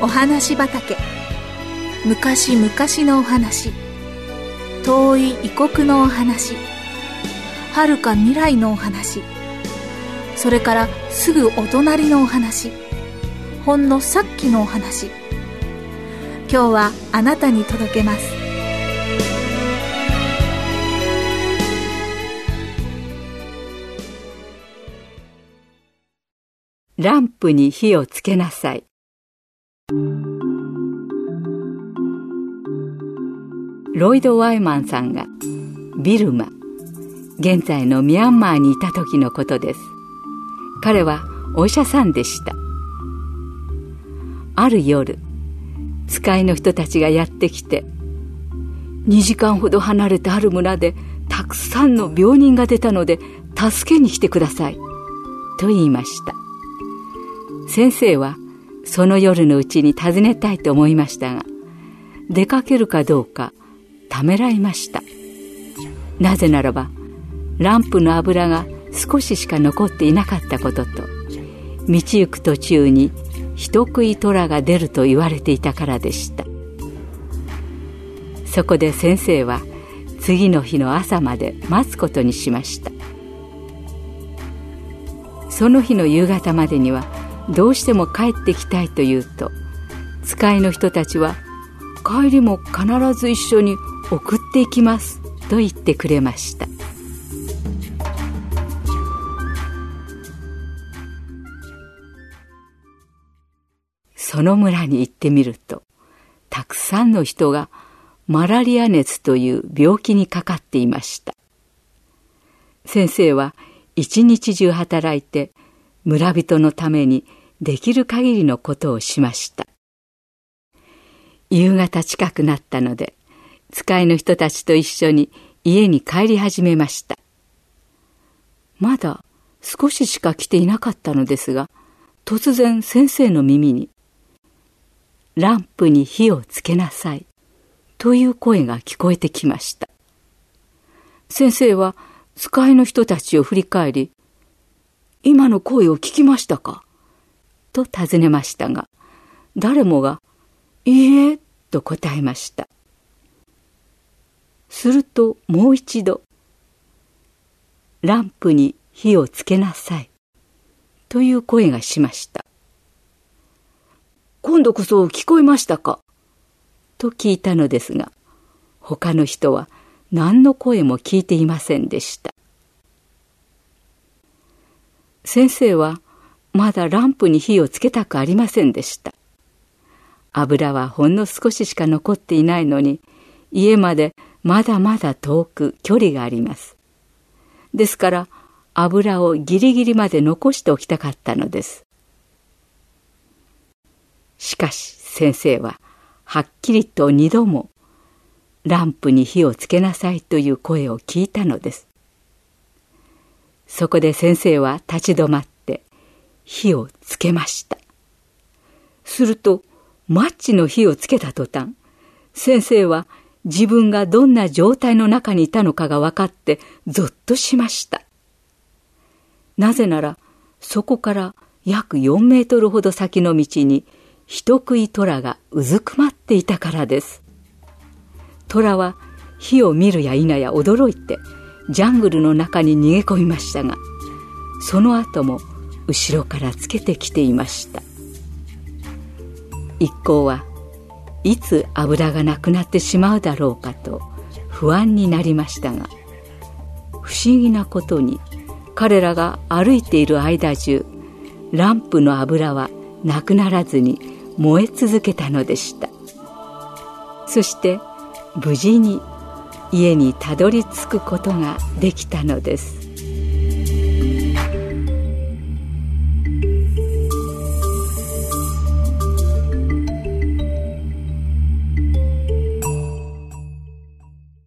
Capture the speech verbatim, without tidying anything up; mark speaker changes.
Speaker 1: お話畑。昔々のお話、遠い異国のお話、遥か未来のお話、それからすぐお隣のお話、ほんのさっきのお話。今日はあなたに届けます。
Speaker 2: ランプに火をつけなさい。ロイド・ワイマンさんがビルマ、現在のミャンマーにいた時のことです。彼はお医者さんでした。ある夜、使いの人たちがやってきて、にじかんほど離れたある村でたくさんの病人が出たので助けに来てくださいと言いました。先生はその夜のうちに訪ねたいと思いましたが、出かけるかどうかためらいました。なぜならばランプの油が少ししか残っていなかったことと、道行く途中に人食い虎が出ると言われていたからでした。そこで先生は次の日の朝まで待つことにしました。その日の夕方までにはどうしても帰ってきたいと言うと、使いの人たちは帰りも必ず一緒に送っていきますと言ってくれました。その村に行ってみると、たくさんの人がマラリア熱という病気にかかっていました。先生は一日中働いて村人のためにできる限りのことをしました。夕方近くなったので、使いの人たちと一緒に家に帰り始めました。まだ少ししか来ていなかったのですが、突然先生の耳に、ランプに火をつけなさいという声が聞こえてきました。先生は使いの人たちを振り返り、今の声を聞きましたかと尋ねましたが、誰もがいいえと答えました。するともう一度、ランプに火をつけなさいという声がしました。今度こそ聞こえましたかと聞いたのですが、他の人は何の声も聞いていませんでした。先生はまだランプに火をつけたくありませんでした。油はほんの少ししか残っていないのに、家までまだまだ遠く距離があります。ですから油をギリギリまで残しておきたかったのです。しかし先生ははっきりと二度もランプに火をつけなさいという声を聞いたのです。そこで先生は立ち止まって火をつけました。するとマッチの火をつけた途端、先生は自分がどんな状態の中にいたのかが分かってぞっとしました。なぜならそこから約よんメートルほど先の道に人食い虎がうずくまっていたからです。虎は火を見るや否や驚いてジャングルの中に逃げ込みましたが、その後も後ろからつけてきていました。一行はいつ油がなくなってしまうだろうかと不安になりましたが、不思議なことに彼らが歩いている間中、ランプの油はなくならずに燃え続けたのでした。そして無事に家にたどり着くことができたのです。